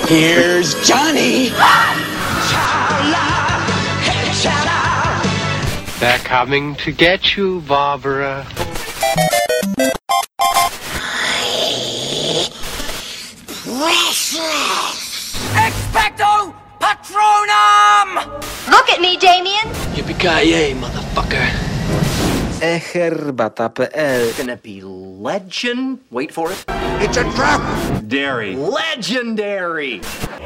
Here's Johnny. They're coming to get you, Barbara. Expecto Patronum! Look at me, Damien! Yippee-ki-yay, motherfucker. Herbata.pl. Gonna be legend. Wait for it. It's a trap. Dairy. Legendary.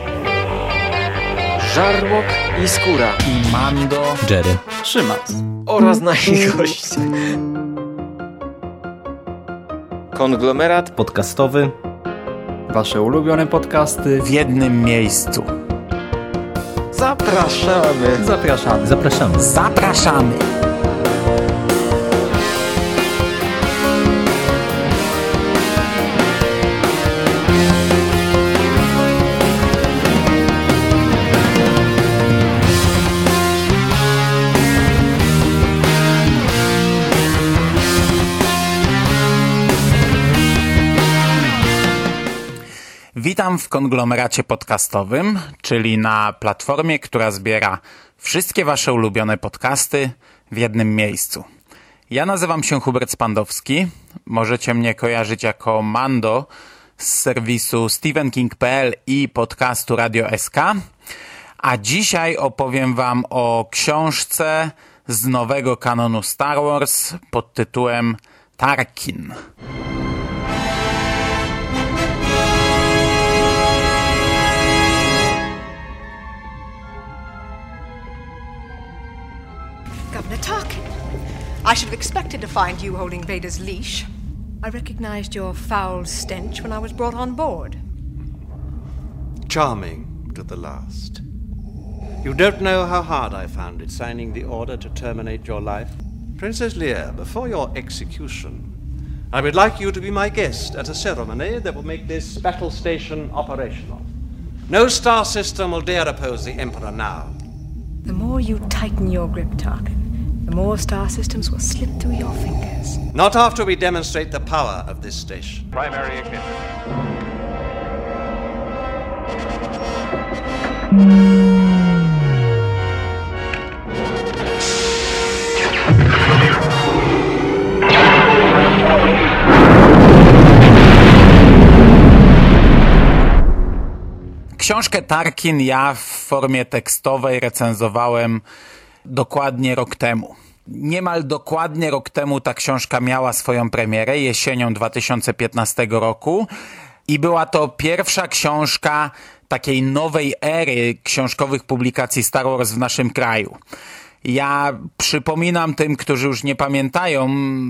Żarłok i Skóra. I Mando, Jerry, Szymas Oraz nasi goście. Konglomerat podcastowy. Wasze ulubione podcasty w jednym miejscu. Zapraszamy. Zapraszamy. Zapraszamy. Zapraszamy. Witam w konglomeracie podcastowym, czyli na platformie, która zbiera wszystkie wasze ulubione podcasty w jednym miejscu. Ja nazywam się Hubert Spandowski. Możecie mnie kojarzyć jako Mando z serwisu StephenKing.pl i podcastu Radio SK. A dzisiaj opowiem wam o książce z nowego kanonu Star Wars pod tytułem Tarkin. Governor Tarkin, I should have expected to find you holding Vader's leash. I recognized your foul stench when I was brought on board. Charming to the last. You don't know how hard I found it signing the order to terminate your life. Princess Leia, before your execution, I would like you to be my guest at a ceremony that will make this battle station operational. No star system will dare oppose the Emperor now. The more you tighten your grip, Tarkin, the more star systems will slip through your fingers. Not after we demonstrate the power of this station. Primary ignition. Książkę Tarkin ja w formie tekstowej recenzowałem dokładnie rok temu. Niemal dokładnie rok temu ta książka miała swoją premierę, jesienią 2015 roku i była to pierwsza książka takiej nowej ery książkowych publikacji Star Wars w naszym kraju. Ja przypominam tym, którzy już nie pamiętają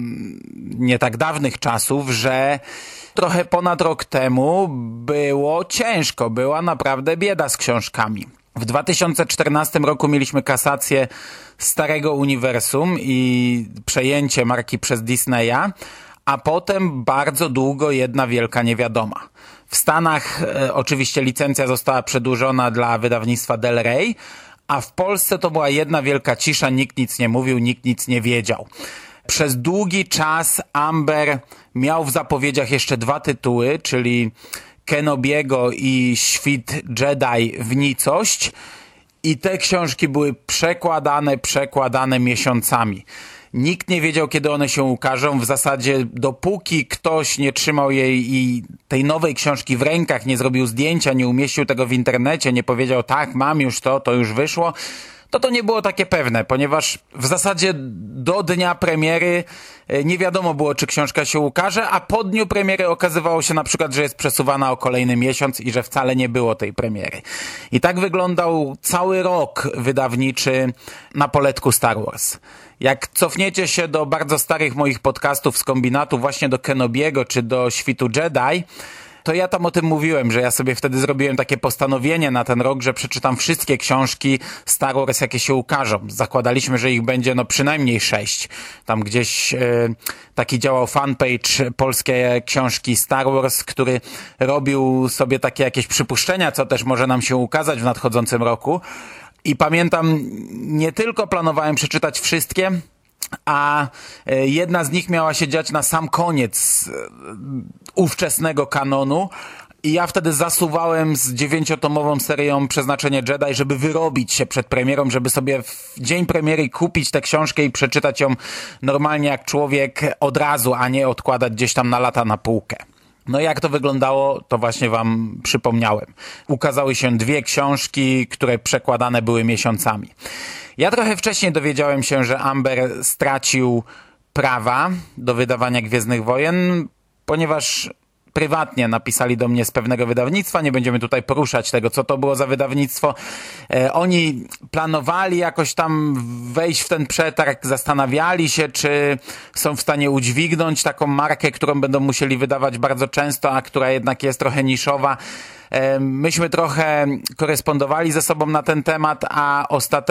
nie tak dawnych czasów, że trochę ponad rok temu było ciężko, była naprawdę bieda z książkami. W 2014 roku mieliśmy kasację starego uniwersum i przejęcie marki przez Disneya, a potem bardzo długo jedna wielka niewiadoma. W Stanach oczywiście licencja została przedłużona dla wydawnictwa Del Rey, a w Polsce to była jedna wielka cisza, nikt nic nie mówił, nikt nic nie wiedział. Przez długi czas Amber miał w zapowiedziach jeszcze dwa tytuły, czyli Kenobiego i Świt Jedi w nicość i te książki były przekładane miesiącami. Nikt nie wiedział, kiedy one się ukażą. W zasadzie dopóki ktoś nie trzymał jej i tej nowej książki w rękach, nie zrobił zdjęcia, nie umieścił tego w internecie, nie powiedział tak, mam już to już wyszło, to nie było takie pewne, ponieważ w zasadzie do dnia premiery nie wiadomo było, czy książka się ukaże, a po dniu premiery okazywało się na przykład, że jest przesuwana o kolejny miesiąc i że wcale nie było tej premiery. I tak wyglądał cały rok wydawniczy na poletku Star Wars. Jak cofniecie się do bardzo starych moich podcastów z kombinatu, właśnie do Kenobiego czy do Świtu Jedi, to ja tam o tym mówiłem, że ja sobie wtedy zrobiłem takie postanowienie na ten rok, że przeczytam wszystkie książki Star Wars, jakie się ukażą. Zakładaliśmy, że ich będzie przynajmniej 6. Tam gdzieś taki działał fanpage Polskie Książki Star Wars, który robił sobie takie jakieś przypuszczenia, co też może nam się ukazać w nadchodzącym roku. I pamiętam, nie tylko planowałem przeczytać wszystkie, a jedna z nich miała się dziać na sam koniec ówczesnego kanonu I ja wtedy zasuwałem z 9-tomową serią Przeznaczenie Jedi, żeby wyrobić się przed premierą, żeby sobie w dzień premiery kupić tę książkę i przeczytać ją normalnie jak człowiek od razu, a nie odkładać gdzieś tam na lata na półkę. No i jak to wyglądało, to właśnie wam przypomniałem. Ukazały się 2 książki, które przekładane były miesiącami. Ja trochę wcześniej dowiedziałem się, że Amber stracił prawa do wydawania Gwiezdnych Wojen, ponieważ prywatnie napisali do mnie z pewnego wydawnictwa, nie będziemy tutaj poruszać tego, co to było za wydawnictwo. Oni planowali jakoś tam wejść w ten przetarg, zastanawiali się, czy są w stanie udźwignąć taką markę, którą będą musieli wydawać bardzo często, a która jednak jest trochę niszowa. Myśmy trochę korespondowali ze sobą na ten temat, a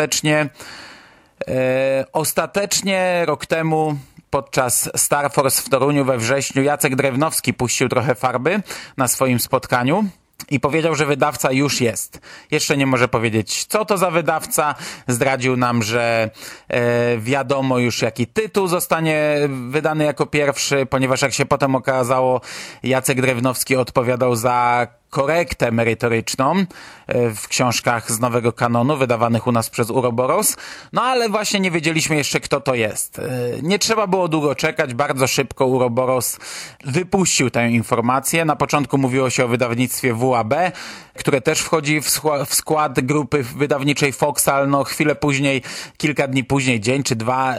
ostatecznie rok temu podczas Star Force w Toruniu we wrześniu Jacek Drewnowski puścił trochę farby na swoim spotkaniu i powiedział, że wydawca już jest. Jeszcze nie może powiedzieć, co to za wydawca. Zdradził nam, że wiadomo już, jaki tytuł zostanie wydany jako pierwszy, ponieważ jak się potem okazało, Jacek Drewnowski odpowiadał za korektę merytoryczną w książkach z nowego kanonu wydawanych u nas przez Uroboros. No ale właśnie nie wiedzieliśmy jeszcze, kto to jest. Nie trzeba było długo czekać, bardzo szybko Uroboros wypuścił tę informację. Na początku mówiło się o wydawnictwie WAB, które też wchodzi w skład grupy wydawniczej Foxal. No chwilę później, kilka dni później, dzień czy 2,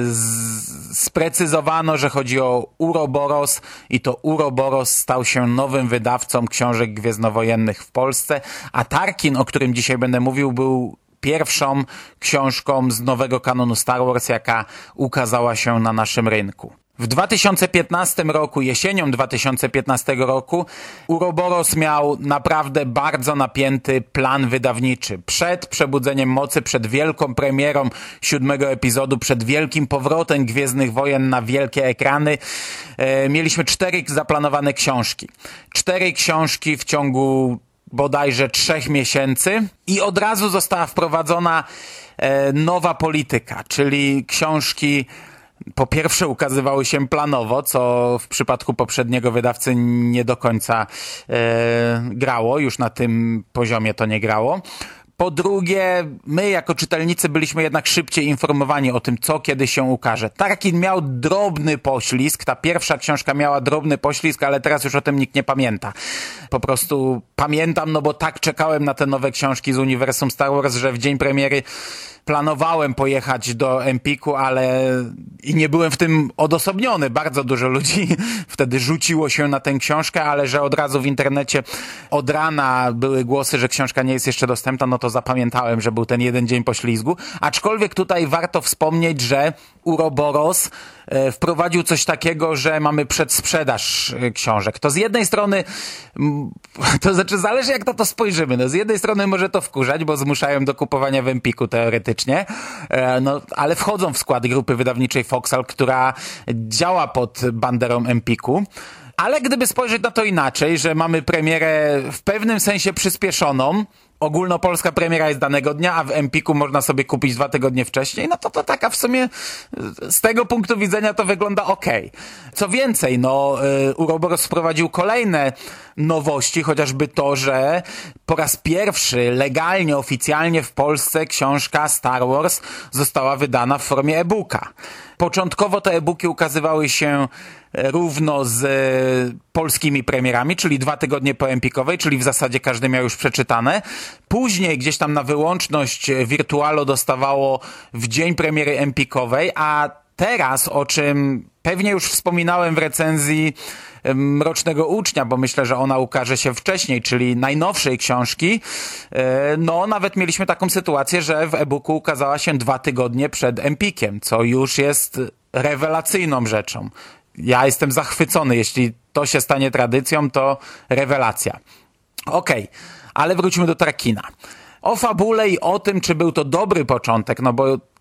sprecyzowano, że chodzi o Uroboros i to Uroboros stał się nowym wydawcą książek gwiezdnowojennych w Polsce, a Tarkin, o którym dzisiaj będę mówił, był pierwszą książką z nowego kanonu Star Wars, jaka ukazała się na naszym rynku. W 2015 roku, jesienią 2015 roku, Uroboros miał naprawdę bardzo napięty plan wydawniczy. Przed Przebudzeniem Mocy, przed wielką premierą 7. epizodu, przed wielkim powrotem Gwiezdnych Wojen na wielkie ekrany, mieliśmy 4 zaplanowane książki. 4 książki w ciągu bodajże 3 miesięcy i od razu została wprowadzona nowa polityka, czyli książki po pierwsze ukazywały się planowo, co w przypadku poprzedniego wydawcy nie do końca grało, już na tym poziomie to nie grało. Po drugie, my jako czytelnicy byliśmy jednak szybciej informowani o tym, co kiedy się ukaże. Tarkin miał drobny poślizg, ta pierwsza książka miała drobny poślizg, ale teraz już o tym nikt nie pamięta. Po prostu pamiętam, no bo tak czekałem na te nowe książki z uniwersum Star Wars, że w dzień premiery planowałem pojechać do Empiku, ale i nie byłem w tym odosobniony. Bardzo dużo ludzi wtedy rzuciło się na tę książkę, ale że od razu w internecie od rana były głosy, że książka nie jest jeszcze dostępna, no to zapamiętałem, że był ten jeden dzień poślizgu. Aczkolwiek tutaj warto wspomnieć, że Uroboros wprowadził coś takiego, że mamy przedsprzedaż książek. To z jednej strony, to znaczy zależy jak na to spojrzymy. No z jednej strony może to wkurzać, bo zmuszają do kupowania w Empiku teoretycznie, no ale wchodzą w skład grupy wydawniczej Foxal, która działa pod banderą Empiku. Ale gdyby spojrzeć na to inaczej, że mamy premierę w pewnym sensie przyspieszoną, ogólnopolska premiera jest danego dnia, a w Empiku można sobie kupić 2 tygodnie wcześniej, no to taka w sumie z tego punktu widzenia to wygląda okej. Co więcej, no Uroboros wprowadził kolejne nowości, chociażby to, że po raz pierwszy legalnie, oficjalnie w Polsce książka Star Wars została wydana w formie e-booka. Początkowo te e-booki ukazywały się równo z polskimi premierami, czyli 2 tygodnie po empikowej, czyli w zasadzie każdy miał już przeczytane. Później gdzieś tam na wyłączność Virtualo dostawało w dzień premiery empikowej, a teraz, o czym pewnie już wspominałem w recenzji Mrocznego Ucznia, bo myślę, że ona ukaże się wcześniej, czyli najnowszej książki, no nawet mieliśmy taką sytuację, że w e-booku ukazała się 2 tygodnie przed empikiem, co już jest rewelacyjną rzeczą. Ja jestem zachwycony, jeśli to się stanie tradycją, to rewelacja. Okej, ale wróćmy do Tarkina. O fabule i o tym, czy był to dobry początek, no bo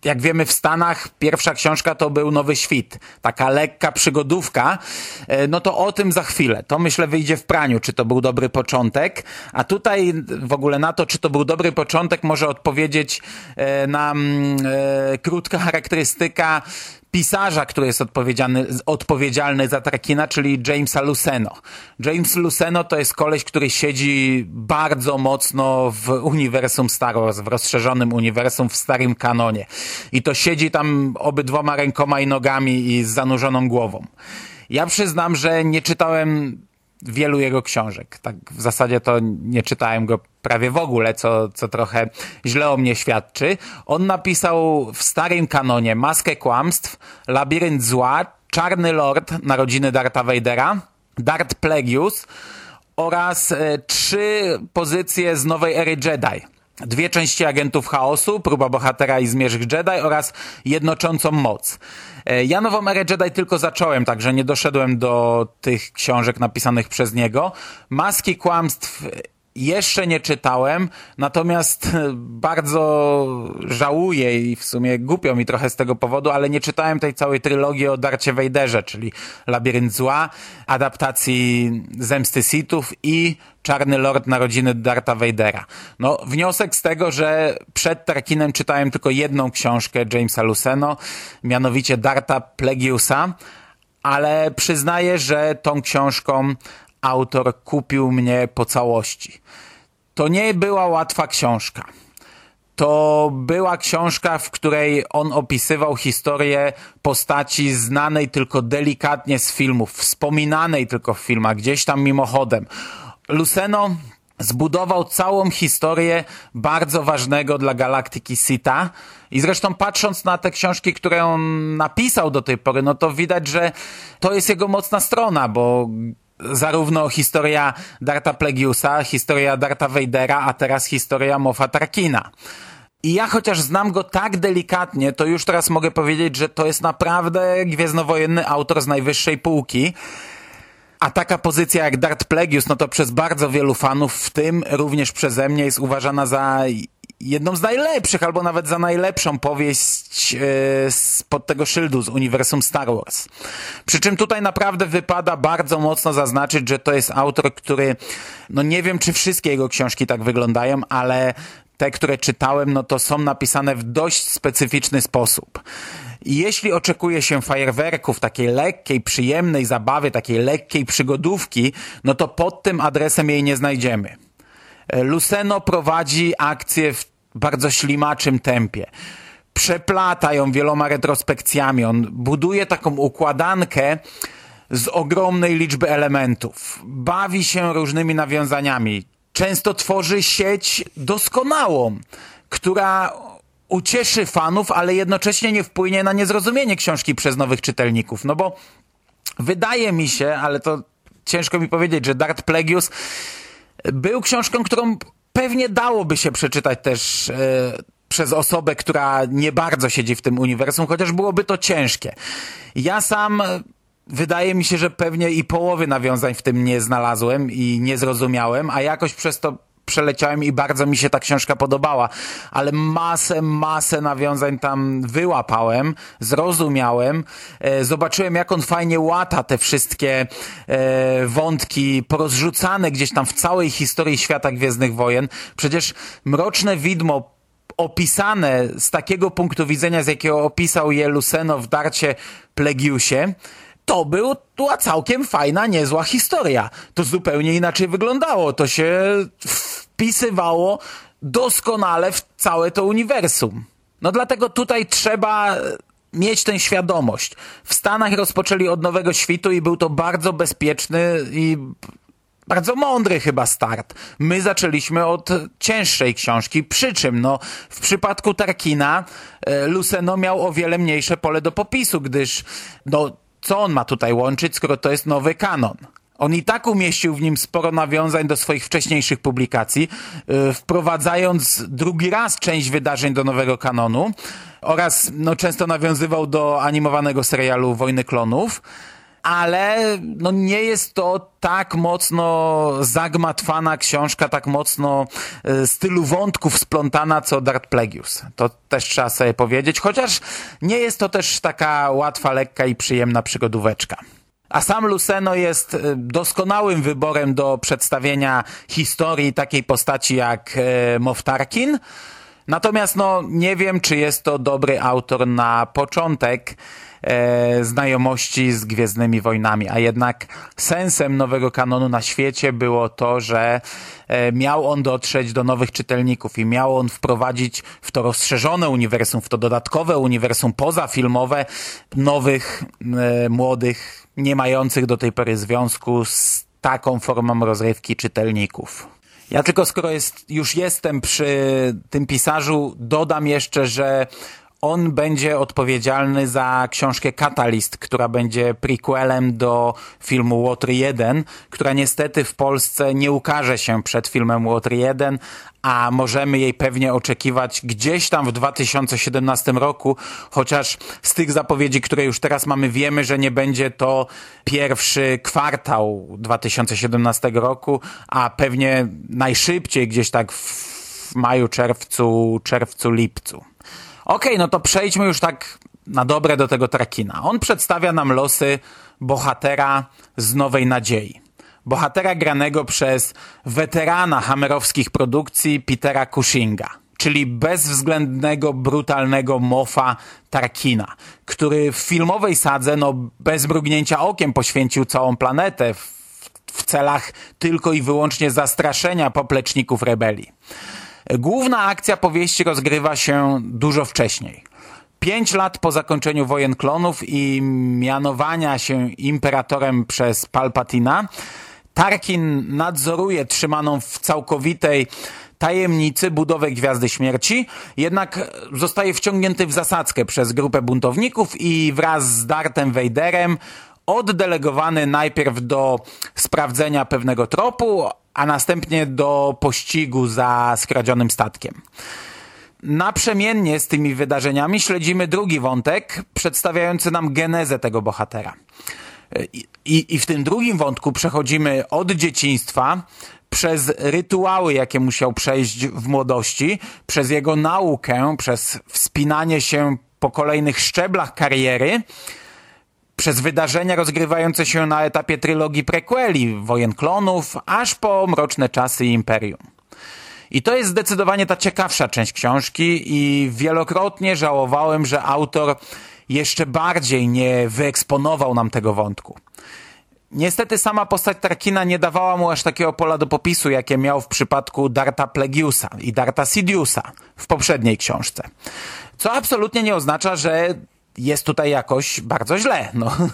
Jak wiemy, w Stanach pierwsza książka to był Nowy Świt. Taka lekka przygodówka. No to o tym za chwilę. To myślę wyjdzie w praniu, czy to był dobry początek. A tutaj w ogóle na to, czy to był dobry początek, może odpowiedzieć nam krótka charakterystyka pisarza, który jest odpowiedzialny za Tarkina, czyli Jamesa Luceno. James Luceno to jest koleś, który siedzi bardzo mocno w uniwersum Star Wars, w rozszerzonym uniwersum, w starym kanonie. I to siedzi tam obydwoma rękoma i nogami i z zanurzoną głową. Ja przyznam, że nie czytałem wielu jego książek. Tak w zasadzie to nie czytałem go prawie w ogóle, co trochę źle o mnie świadczy. On napisał w starym kanonie Maskę Kłamstw, Labirynt Zła, Czarny Lord, Narodziny Dartha Vadera, Darth Plagueis oraz 3 pozycje z Nowej Ery Jedi. 2 części Agentów Chaosu, Próba Bohatera i Zmierzch Jedi oraz Jednoczącą Moc. Ja Nową Erę Jedi tylko zacząłem, także nie doszedłem do tych książek napisanych przez niego. Maski Kłamstw jeszcze nie czytałem, natomiast bardzo żałuję i w sumie głupio mi trochę z tego powodu, ale nie czytałem tej całej trylogii o Darcie Vaderze, czyli Labirynt Zła, adaptacji Zemsty Sithów i Czarny Lord, Narodziny Dartha Vadera. No, wniosek z tego, że przed Tarkinem czytałem tylko jedną książkę Jamesa Luceno, mianowicie Dartha Plagueisa, ale przyznaję, że tą książką autor kupił mnie po całości. To nie była łatwa książka. To była książka, w której on opisywał historię postaci znanej tylko delikatnie z filmów, wspominanej tylko w filmach, gdzieś tam mimochodem. Luceno zbudował całą historię bardzo ważnego dla galaktyki Sitha i zresztą patrząc na te książki, które on napisał do tej pory, no to widać, że to jest jego mocna strona, bo zarówno historia Dartha Plagueisa, historia Dartha Vadera, a teraz historia Moffa Tarkina. I ja chociaż znam go tak delikatnie, to już teraz mogę powiedzieć, że to jest naprawdę gwiezdnowojenny autor z najwyższej półki. A taka pozycja jak Darth Plagueis, no to przez bardzo wielu fanów, w tym również przeze mnie, jest uważana za jedną z najlepszych, albo nawet za najlepszą powieść spod tego szyldu z uniwersum Star Wars. Przy czym tutaj naprawdę wypada bardzo mocno zaznaczyć, że to jest autor, który, no nie wiem, czy wszystkie jego książki tak wyglądają, ale te, które czytałem, no to są napisane w dość specyficzny sposób. I jeśli oczekuje się fajerwerków, takiej lekkiej, przyjemnej zabawy, takiej lekkiej przygodówki, no to pod tym adresem jej nie znajdziemy. Luceno prowadzi akcję w bardzo ślimaczym tempie. Przeplata ją wieloma retrospekcjami. On buduje taką układankę z ogromnej liczby elementów. Bawi się różnymi nawiązaniami. Często tworzy sieć doskonałą, która ucieszy fanów, ale jednocześnie nie wpłynie na niezrozumienie książki przez nowych czytelników. No bo wydaje mi się, ale to ciężko mi powiedzieć, że Darth Plagueis był książką, którą pewnie dałoby się przeczytać też przez osobę, która nie bardzo siedzi w tym uniwersum, chociaż byłoby to ciężkie. Ja sam wydaje mi się, że pewnie i połowy nawiązań w tym nie znalazłem i nie zrozumiałem, a jakoś przez to przeleciałem i bardzo mi się ta książka podobała, ale masę nawiązań tam wyłapałem, zrozumiałem, zobaczyłem, jak on fajnie łata te wszystkie wątki porozrzucane gdzieś tam w całej historii świata Gwiezdnych Wojen. Przecież Mroczne Widmo opisane z takiego punktu widzenia, z jakiego opisał je Luceno w Darcie Plagueisie, to była całkiem fajna, niezła historia. To zupełnie inaczej wyglądało. To się wpisywało doskonale w całe to uniwersum. No dlatego tutaj trzeba mieć tę świadomość. W Stanach rozpoczęli od Nowego Świtu i był to bardzo bezpieczny i bardzo mądry chyba start. My zaczęliśmy od cięższej książki, przy czym no, w przypadku Tarkina Luceno miał o wiele mniejsze pole do popisu, gdyż no, co on ma tutaj łączyć, skoro to jest nowy kanon? On i tak umieścił w nim sporo nawiązań do swoich wcześniejszych publikacji, wprowadzając drugi raz część wydarzeń do nowego kanonu oraz no, często nawiązywał do animowanego serialu Wojny Klonów. ale no nie jest to tak mocno zagmatwana książka, tak mocno z tylu wątków splątana co Darth Plagueis. To też trzeba sobie powiedzieć, chociaż nie jest to też taka łatwa, lekka i przyjemna przygodóweczka. A sam Luceno jest doskonałym wyborem do przedstawienia historii takiej postaci jak Moff Tarkin. Natomiast no nie wiem, czy jest to dobry autor na początek znajomości z Gwiezdnymi Wojnami, a jednak sensem nowego kanonu na świecie było to, że miał on dotrzeć do nowych czytelników i miał on wprowadzić w to rozszerzone uniwersum, w to dodatkowe uniwersum pozafilmowe nowych, młodych, nie mających do tej pory związku z taką formą rozrywki czytelników. Ja tylko skoro już jestem przy tym pisarzu, dodam jeszcze, że on będzie odpowiedzialny za książkę Catalyst, która będzie prequelem do filmu Water 1, która niestety w Polsce nie ukaże się przed filmem Water 1, a możemy jej pewnie oczekiwać gdzieś tam w 2017 roku, chociaż z tych zapowiedzi, które już teraz mamy, wiemy, że nie będzie to pierwszy kwartał 2017 roku, a pewnie najszybciej gdzieś tak w maju, czerwcu, lipcu. Okej, no to przejdźmy już tak na dobre do tego Tarkina. On przedstawia nam losy bohatera z Nowej Nadziei. Bohatera granego przez weterana hammerowskich produkcji Petera Cushinga, czyli bezwzględnego, brutalnego Moffa Tarkina, który w filmowej sadze bez mrugnięcia okiem poświęcił całą planetę w celach tylko i wyłącznie zastraszenia popleczników rebelii. Główna akcja powieści rozgrywa się dużo wcześniej. 5 lat po zakończeniu Wojen Klonów i mianowania się imperatorem przez Palpatina, Tarkin nadzoruje trzymaną w całkowitej tajemnicy budowę Gwiazdy Śmierci, jednak zostaje wciągnięty w zasadzkę przez grupę buntowników i wraz z Darthem Vaderem oddelegowany najpierw do sprawdzenia pewnego tropu, a następnie do pościgu za skradzionym statkiem. Naprzemiennie z tymi wydarzeniami śledzimy drugi wątek, przedstawiający nam genezę tego bohatera. I w tym drugim wątku przechodzimy od dzieciństwa, przez rytuały, jakie musiał przejść w młodości, przez jego naukę, przez wspinanie się po kolejnych szczeblach kariery, przez wydarzenia rozgrywające się na etapie trylogii prequeli, Wojen Klonów, aż po Mroczne Czasy i Imperium. I to jest zdecydowanie ta ciekawsza część książki i wielokrotnie żałowałem, że autor jeszcze bardziej nie wyeksponował nam tego wątku. Niestety sama postać Tarkina nie dawała mu aż takiego pola do popisu, jakie miał w przypadku Dartha Plagueisa i Dartha Sidiousa w poprzedniej książce. Co absolutnie nie oznacza, że jest tutaj jakoś bardzo źle.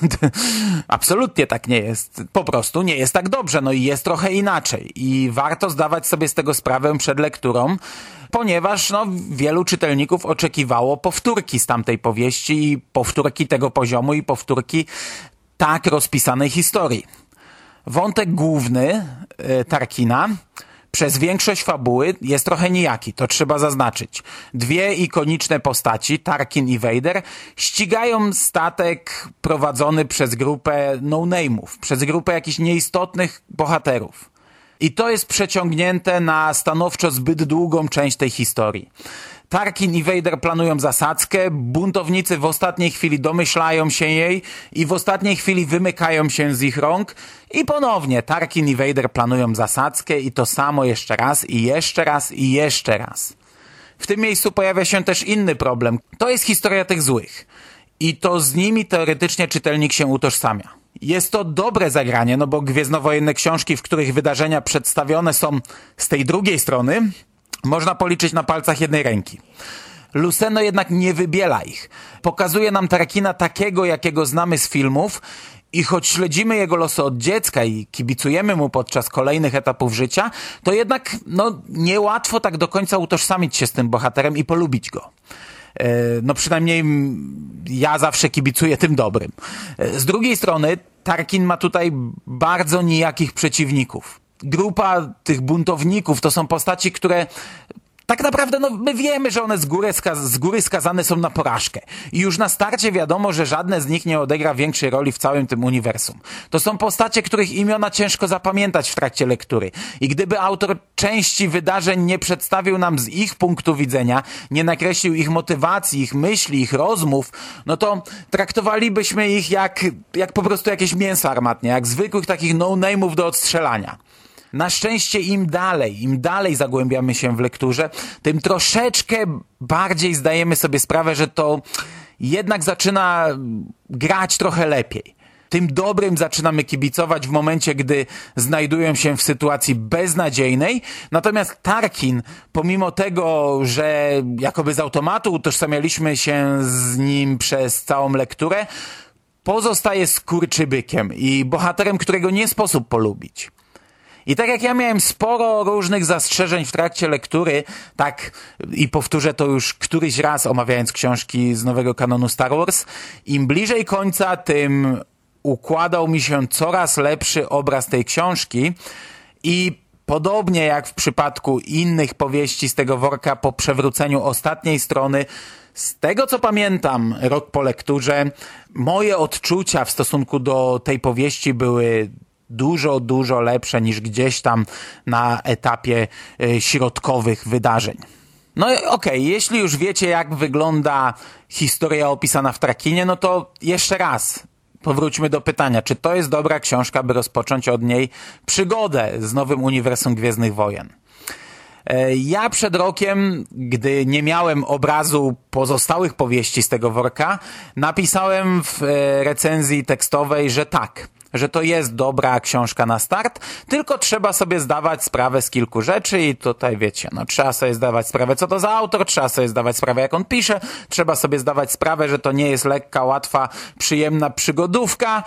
Absolutnie tak nie jest. Po prostu nie jest tak dobrze. I jest trochę inaczej. I warto zdawać sobie z tego sprawę przed lekturą, ponieważ wielu czytelników oczekiwało powtórki z tamtej powieści i powtórki tego poziomu i powtórki tak rozpisanej historii. Wątek główny Tarkina przez większość fabuły jest trochę nijaki, to trzeba zaznaczyć. 2 ikoniczne postaci, Tarkin i Vader, ścigają statek prowadzony przez grupę no-name'ów, przez grupę jakichś nieistotnych bohaterów. I to jest przeciągnięte na stanowczo zbyt długą część tej historii. Tarkin i Vader planują zasadzkę, buntownicy w ostatniej chwili domyślają się jej i w ostatniej chwili wymykają się z ich rąk i ponownie Tarkin i Vader planują zasadzkę i to samo jeszcze raz i jeszcze raz i jeszcze raz. W tym miejscu pojawia się też inny problem. To jest historia tych złych i to z nimi teoretycznie czytelnik się utożsamia. Jest to dobre zagranie, bo gwiezdnowojenne książki, w których wydarzenia przedstawione są z tej drugiej strony, można policzyć na palcach jednej ręki. Luceno jednak nie wybiela ich. Pokazuje nam Tarkina takiego, jakiego znamy z filmów i choć śledzimy jego losy od dziecka i kibicujemy mu podczas kolejnych etapów życia, to jednak niełatwo tak do końca utożsamić się z tym bohaterem i polubić go. Przynajmniej ja zawsze kibicuję tym dobrym. Z drugiej strony Tarkin ma tutaj bardzo nijakich przeciwników. Grupa tych buntowników to są postaci, które tak naprawdę my wiemy, że one z góry skazane są na porażkę. I już na starcie wiadomo, że żadne z nich nie odegra większej roli w całym tym uniwersum. To są postacie, których imiona ciężko zapamiętać w trakcie lektury. I gdyby autor części wydarzeń nie przedstawił nam z ich punktu widzenia, nie nakreślił ich motywacji, ich myśli, ich rozmów, no to traktowalibyśmy ich jak po prostu jakieś mięso armatnie, jak zwykłych takich no-name'ów do odstrzelania. Na szczęście im dalej zagłębiamy się w lekturze, tym troszeczkę bardziej zdajemy sobie sprawę, że to jednak zaczyna grać trochę lepiej. Tym dobrym zaczynamy kibicować w momencie, gdy znajdują się w sytuacji beznadziejnej. Natomiast Tarkin, pomimo tego, że jakoby z automatu utożsamialiśmy się z nim przez całą lekturę, pozostaje skurczybykiem i bohaterem, którego nie sposób polubić. I tak jak ja miałem sporo różnych zastrzeżeń w trakcie lektury, tak i powtórzę to już któryś raz omawiając książki z nowego kanonu Star Wars, im bliżej końca, tym układał mi się coraz lepszy obraz tej książki i podobnie jak w przypadku innych powieści z tego worka po przewróceniu ostatniej strony, z tego co pamiętam rok po lekturze, moje odczucia w stosunku do tej powieści były dużo lepsze niż gdzieś tam na etapie środkowych wydarzeń. No i okej, jeśli już wiecie, jak wygląda historia opisana w Tarkinie, no to jeszcze raz powróćmy do pytania, czy to jest dobra książka, by rozpocząć od niej przygodę z nowym uniwersum Gwiezdnych Wojen. Ja przed rokiem, gdy nie miałem obrazu pozostałych powieści z tego worka, napisałem w recenzji tekstowej, że tak, że to jest dobra książka na start, tylko trzeba sobie zdawać sprawę z kilku rzeczy i tutaj wiecie, no trzeba sobie zdawać sprawę, co to za autor, trzeba sobie zdawać sprawę, jak on pisze, trzeba sobie zdawać sprawę, że to nie jest lekka, łatwa, przyjemna przygodówka.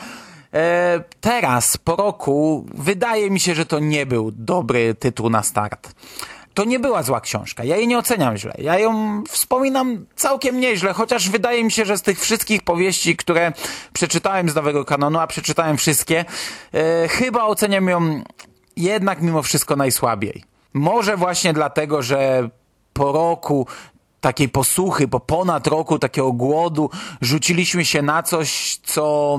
Teraz, po roku, wydaje mi się, że to nie był dobry tytuł na start. To nie była zła książka. Ja jej nie oceniam źle. Ja ją wspominam całkiem nieźle, chociaż wydaje mi się, że z tych wszystkich powieści, które przeczytałem z nowego kanonu, a przeczytałem wszystkie, chyba oceniam ją jednak mimo wszystko najsłabiej. Może właśnie dlatego, że po roku takiej posłuchy, po ponad roku takiego głodu, rzuciliśmy się na coś, co...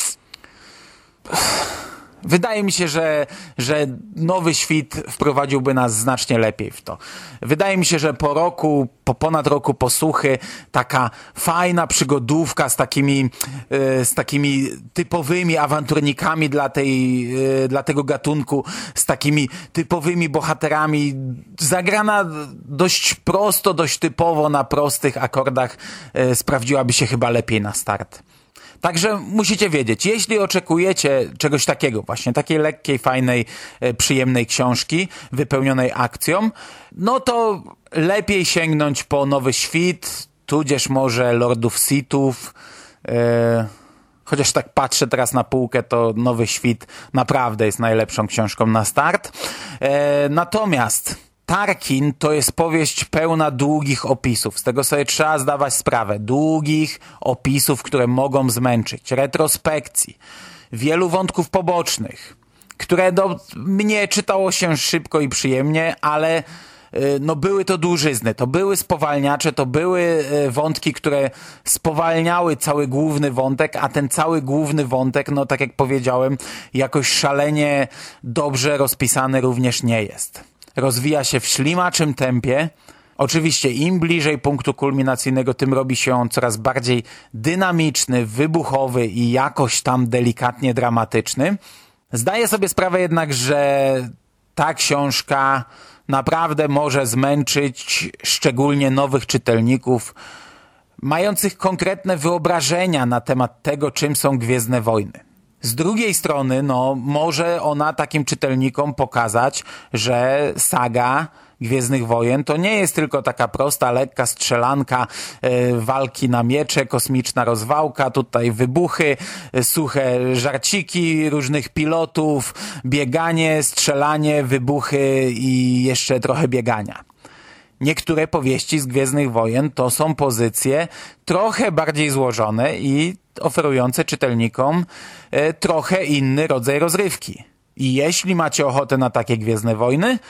Wydaje mi się, że Nowy Świt wprowadziłby nas znacznie lepiej w to. Wydaje mi się, że po ponad roku posłuchy, taka fajna przygodówka z takimi typowymi awanturnikami dla tego gatunku, z takimi typowymi bohaterami, zagrana dość prosto, dość typowo na prostych akordach, sprawdziłaby się chyba lepiej na start. Także musicie wiedzieć, jeśli oczekujecie czegoś takiego, właśnie takiej lekkiej, fajnej, przyjemnej książki, wypełnionej akcją, no to lepiej sięgnąć po Nowy Świt, tudzież może Lordów Sithów. Chociaż tak patrzę teraz na półkę, to Nowy Świt naprawdę jest najlepszą książką na start. Natomiast Tarkin to jest powieść pełna długich opisów. Z tego sobie trzeba zdawać sprawę. Długich opisów, które mogą zmęczyć. Retrospekcji. Wielu wątków pobocznych, które mnie czytało się szybko i przyjemnie, ale no były to dłużyzny, to były spowalniacze, to były wątki, które spowalniały cały główny wątek, a ten cały główny wątek, no tak jak powiedziałem, jakoś szalenie dobrze rozpisany również nie jest. Rozwija się w ślimaczym tempie. Oczywiście im bliżej punktu kulminacyjnego, tym robi się on coraz bardziej dynamiczny, wybuchowy i jakoś tam delikatnie dramatyczny. Zdaję sobie sprawę jednak, że ta książka naprawdę może zmęczyć szczególnie nowych czytelników, mających konkretne wyobrażenia na temat tego, czym są Gwiezdne Wojny. Z drugiej strony, no, może ona takim czytelnikom pokazać, że saga Gwiezdnych Wojen to nie jest tylko taka prosta, lekka strzelanka, walki na miecze, kosmiczna rozwałka, tutaj wybuchy, suche żarciki różnych pilotów, bieganie, strzelanie, wybuchy i jeszcze trochę biegania. Niektóre powieści z Gwiezdnych Wojen to są pozycje trochę bardziej złożone i oferujące czytelnikom trochę inny rodzaj rozrywki. I jeśli macie ochotę na takie Gwiezdne Wojny,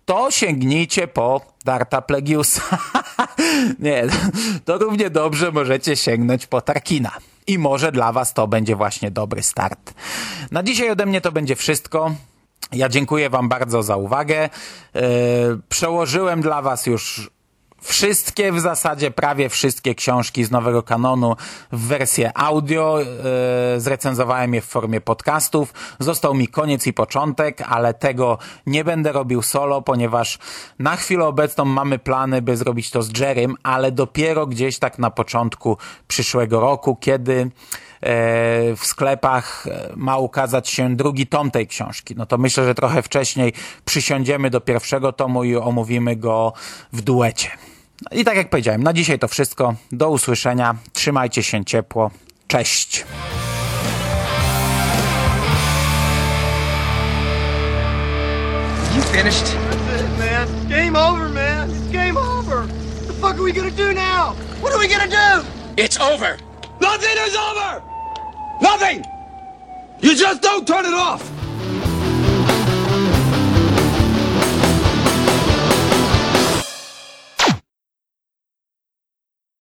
to sięgnijcie po Darta Plagueusa. Nie, to równie dobrze możecie sięgnąć po Tarkina. I może dla was to będzie właśnie dobry start. Na dzisiaj ode mnie to będzie wszystko. Ja dziękuję wam bardzo za uwagę. Przełożyłem dla was już wszystkie, w zasadzie prawie wszystkie książki z nowego kanonu w wersję audio. Zrecenzowałem je w formie podcastów. Został mi koniec i początek, ale tego nie będę robił solo, ponieważ na chwilę obecną mamy plany, by zrobić to z Jerrym, ale dopiero gdzieś tak na początku przyszłego roku, kiedy w sklepach ma ukazać się drugi tom tej książki. No to myślę, że trochę wcześniej przysiądziemy do pierwszego tomu i omówimy go w duecie. No i tak jak powiedziałem, na dzisiaj to wszystko. Do usłyszenia. Trzymajcie się ciepło. Cześć. You finished? That's it, man. Game over, man. It's game over. What the fuck are we gonna do now? What are we gonna do? It's over. Nothing is over. Nothing. You just don't turn it off.